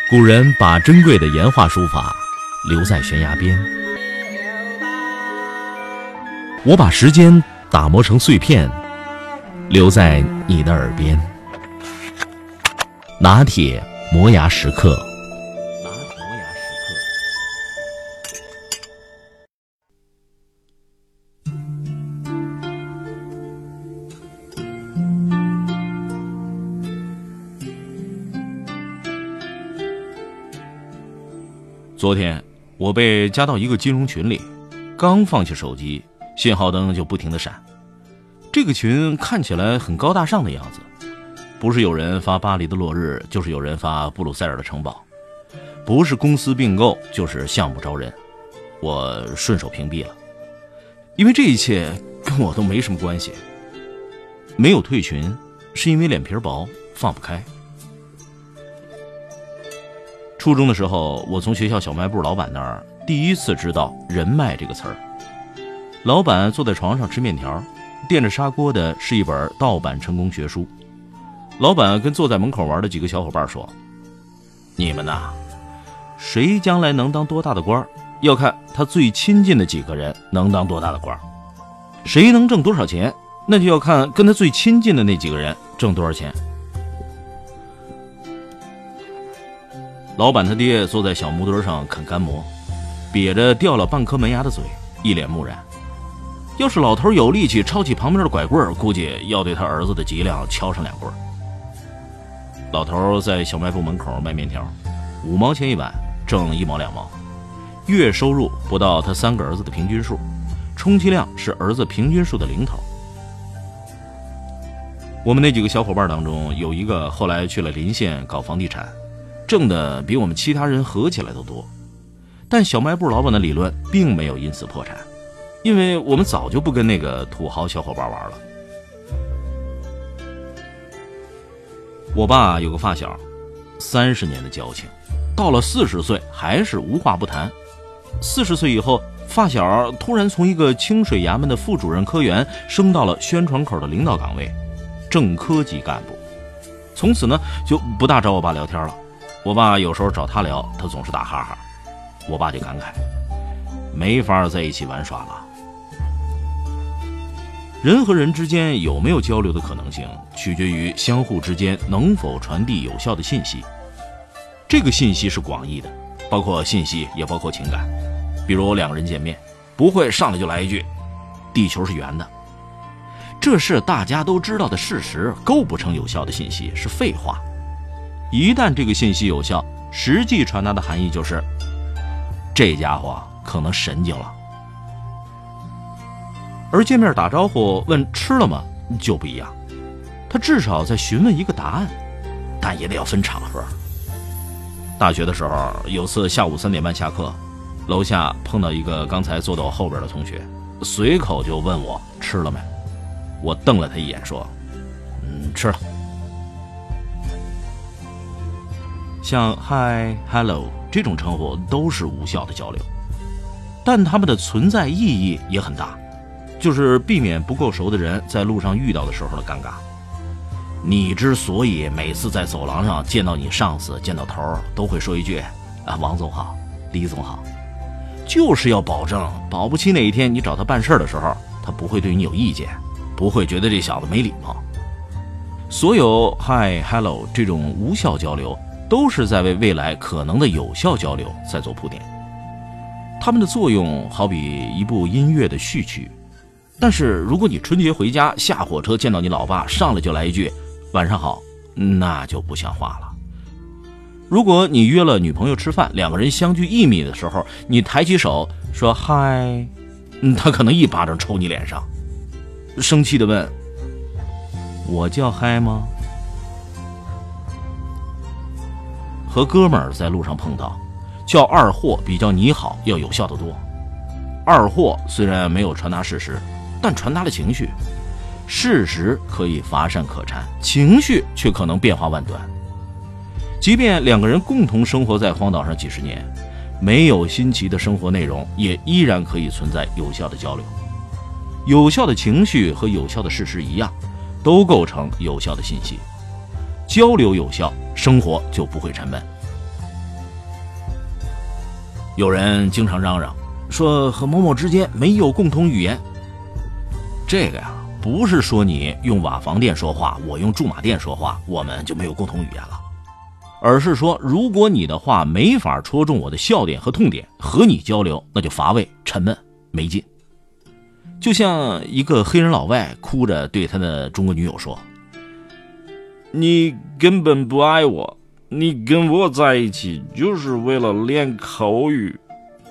古人把珍贵的岩画书法留在悬崖边，我把时间打磨成碎片，留在你的耳边。拿铁磨牙时刻。昨天我被加到一个金融群里，刚放下手机，信号灯就不停地闪。这个群看起来很高大上的样子，不是有人发巴黎的落日，就是有人发布鲁塞尔的城堡，不是公司并购，就是项目招人。我顺手屏蔽了，因为这一切跟我都没什么关系。没有退群是因为脸皮薄，放不开。初中的时候，我从学校小卖部老板那儿第一次知道人脉这个词儿。老板坐在床上吃面条，垫着砂锅的是一本盗版成功学书。老板跟坐在门口玩的几个小伙伴说，你们呐，谁将来能当多大的官，要看他最亲近的几个人能当多大的官，谁能挣多少钱，那就要看跟他最亲近的那几个人挣多少钱。老板他爹坐在小木墩上啃干馍，瘪着掉了半颗门牙的嘴，一脸木然。要是老头有力气抄起旁边的拐棍，估计要对他儿子的脊梁敲上2棍。老头在小卖部门口卖面条，5毛钱一碗，挣1毛2毛，月收入不到他3个儿子的平均数，充其量是儿子平均数的零头。我们那几个小伙伴当中，有一个后来去了临县搞房地产，挣的比我们其他人合起来都多。但小卖部老板的理论并没有因此破产，因为我们早就不跟那个土豪小伙伴玩了。我爸有个发小，30年的交情，到了40岁还是无话不谈。40岁以后，发小突然从一个清水衙门的副主任科员升到了宣传口的领导岗位，正科级干部。从此呢，就不大找我爸聊天了。我爸有时候找他聊，他总是打哈哈。我爸就感慨，没法在一起玩耍了。人和人之间有没有交流的可能性，取决于相互之间能否传递有效的信息。这个信息是广义的，包括信息，也包括情感。比如2个人见面，不会上来就来一句地球是圆的，这是大家都知道的事实，构不成有效的信息，是废话。一旦这个信息有效，实际传达的含义就是这家伙可能神经了。而见面打招呼问吃了吗就不一样，他至少在询问一个答案，但也得要分场合。大学的时候，有次下午3点半下课，楼下碰到一个刚才坐到我后边的同学，随口就问我吃了没。我瞪了他一眼说，吃了。像 Hi、Hello 这种称呼都是无效的交流，但它们的存在意义也很大，就是避免不够熟的人在路上遇到的时候的尴尬。你之所以每次在走廊上见到你上司，见到头都会说一句王总好，李总好，就是要保证保不齐哪一天你找他办事的时候，他不会对你有意见，不会觉得这小子没礼貌。所有 Hi、Hello 这种无效交流都是在为未来可能的有效交流在做铺垫。它们的作用好比一部音乐的序曲，但是如果你春节回家下火车见到你老爸，上来就来一句晚上好，那就不像话了。如果你约了女朋友吃饭，2个人相距1米的时候，你抬起手说嗨，他可能一巴掌抽你脸上，生气地问，我叫嗨吗？和哥们儿在路上碰到，叫二货比叫你好要有效得多。二货虽然没有传达事实，但传达了情绪。事实可以乏善可陈，情绪却可能变化万端。即便2个人共同生活在荒岛上几十年，没有新奇的生活内容，也依然可以存在有效的交流。有效的情绪和有效的事实一样，都构成有效的信息。交流有效，生活就不会沉闷。 有人经常嚷嚷说和某某之间没有共同语言。这个呀，不是说你用瓦房店说话，我用驻马店说话，我们就没有共同语言了，而是说如果你的话没法戳中我的笑点和痛点，和你交流那就乏味沉闷没劲。就像一个黑人老外哭着对他的中国女友说， 你根本不爱我，你跟我在一起就是为了练口语。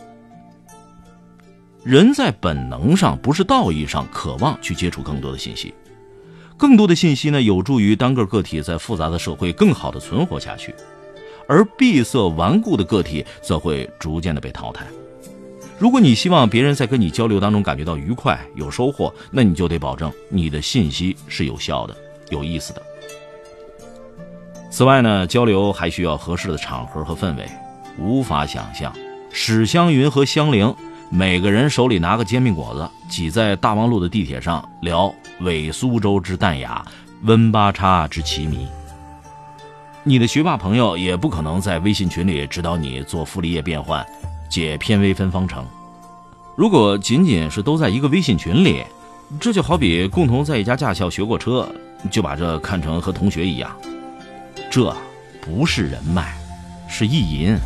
人在本能上不是道义上渴望去接触更多的信息，更多的信息呢，有助于单个个体在复杂的社会更好的存活下去，而闭塞顽固的个体则会逐渐的被淘汰。如果你希望别人在跟你交流当中感觉到愉快有收获，那你就得保证你的信息是有效的有意思的。此外呢，交流还需要合适的场合和氛围。无法想象史湘云和香菱每个人手里拿个煎饼果子，挤在大望路的地铁上聊伪苏州之淡雅，温八叉之奇迷。你的学霸朋友也不可能在微信群里指导你做傅立叶变换，解偏微分方程。如果仅仅是都在一个微信群里，这就好比共同在一家驾校学过车，就把这看成和同学一样，这不是人脉，是意淫。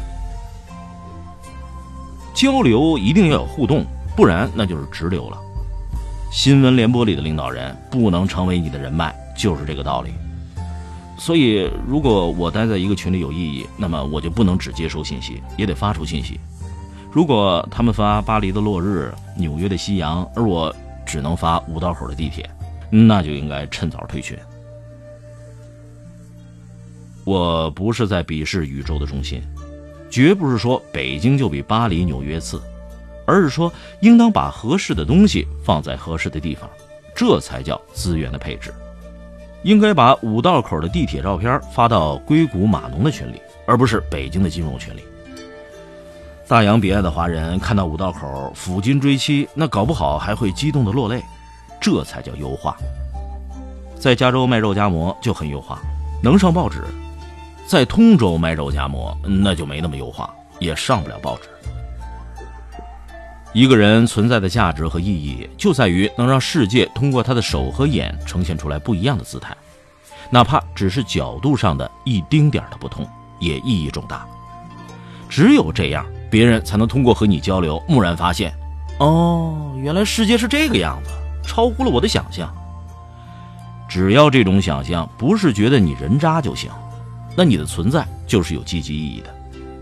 交流一定要有互动，不然那就是直流了。新闻联播里的领导人不能成为你的人脉，就是这个道理。所以如果我待在一个群里有意义，那么我就不能只接收信息，也得发出信息。如果他们发巴黎的落日，纽约的夕阳，而我只能发五道口的地铁，那就应该趁早退群。我不是在鄙视宇宙的中心，绝不是说北京就比巴黎纽约次，而是说应当把合适的东西放在合适的地方，这才叫资源的配置。应该把五道口的地铁照片发到硅谷码农的群里，而不是北京的金融群里。大洋彼岸的华人看到五道口抚今追妻，那搞不好还会激动的落泪，这才叫优化。在加州卖肉夹馍就很优化，能上报纸。在通州卖肉夹馍那就没那么优化，也上不了报纸。一个人存在的价值和意义就在于能让世界通过他的手和眼呈现出来不一样的姿态，哪怕只是角度上的一丁点的不同，也意义重大。只有这样，别人才能通过和你交流蓦然发现，哦，原来世界是这个样子，超乎了我的想象。只要这种想象不是觉得你人渣就行，那你的存在就是有积极意义的。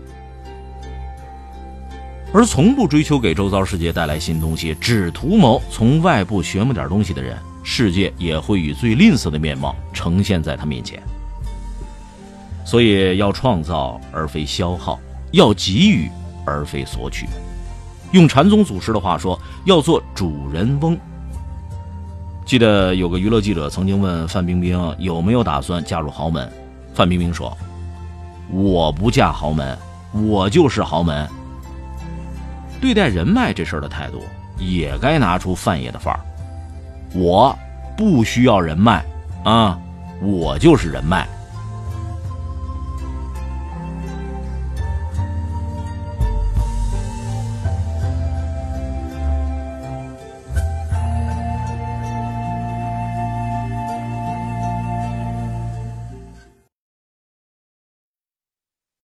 而从不追求给周遭世界带来新东西，只图谋从外部学摸点东西的人，世界也会以最吝啬的面貌呈现在他面前。所以要创造而非消耗，要给予而非索取。用禅宗祖师的话说，要做主人翁。记得有个娱乐记者曾经问范冰冰有没有打算嫁入豪门，范冰冰说，我不嫁豪门，我就是豪门。对待人脉这事儿的态度也该拿出范爷的范儿，我不需要人脉啊，我就是人脉。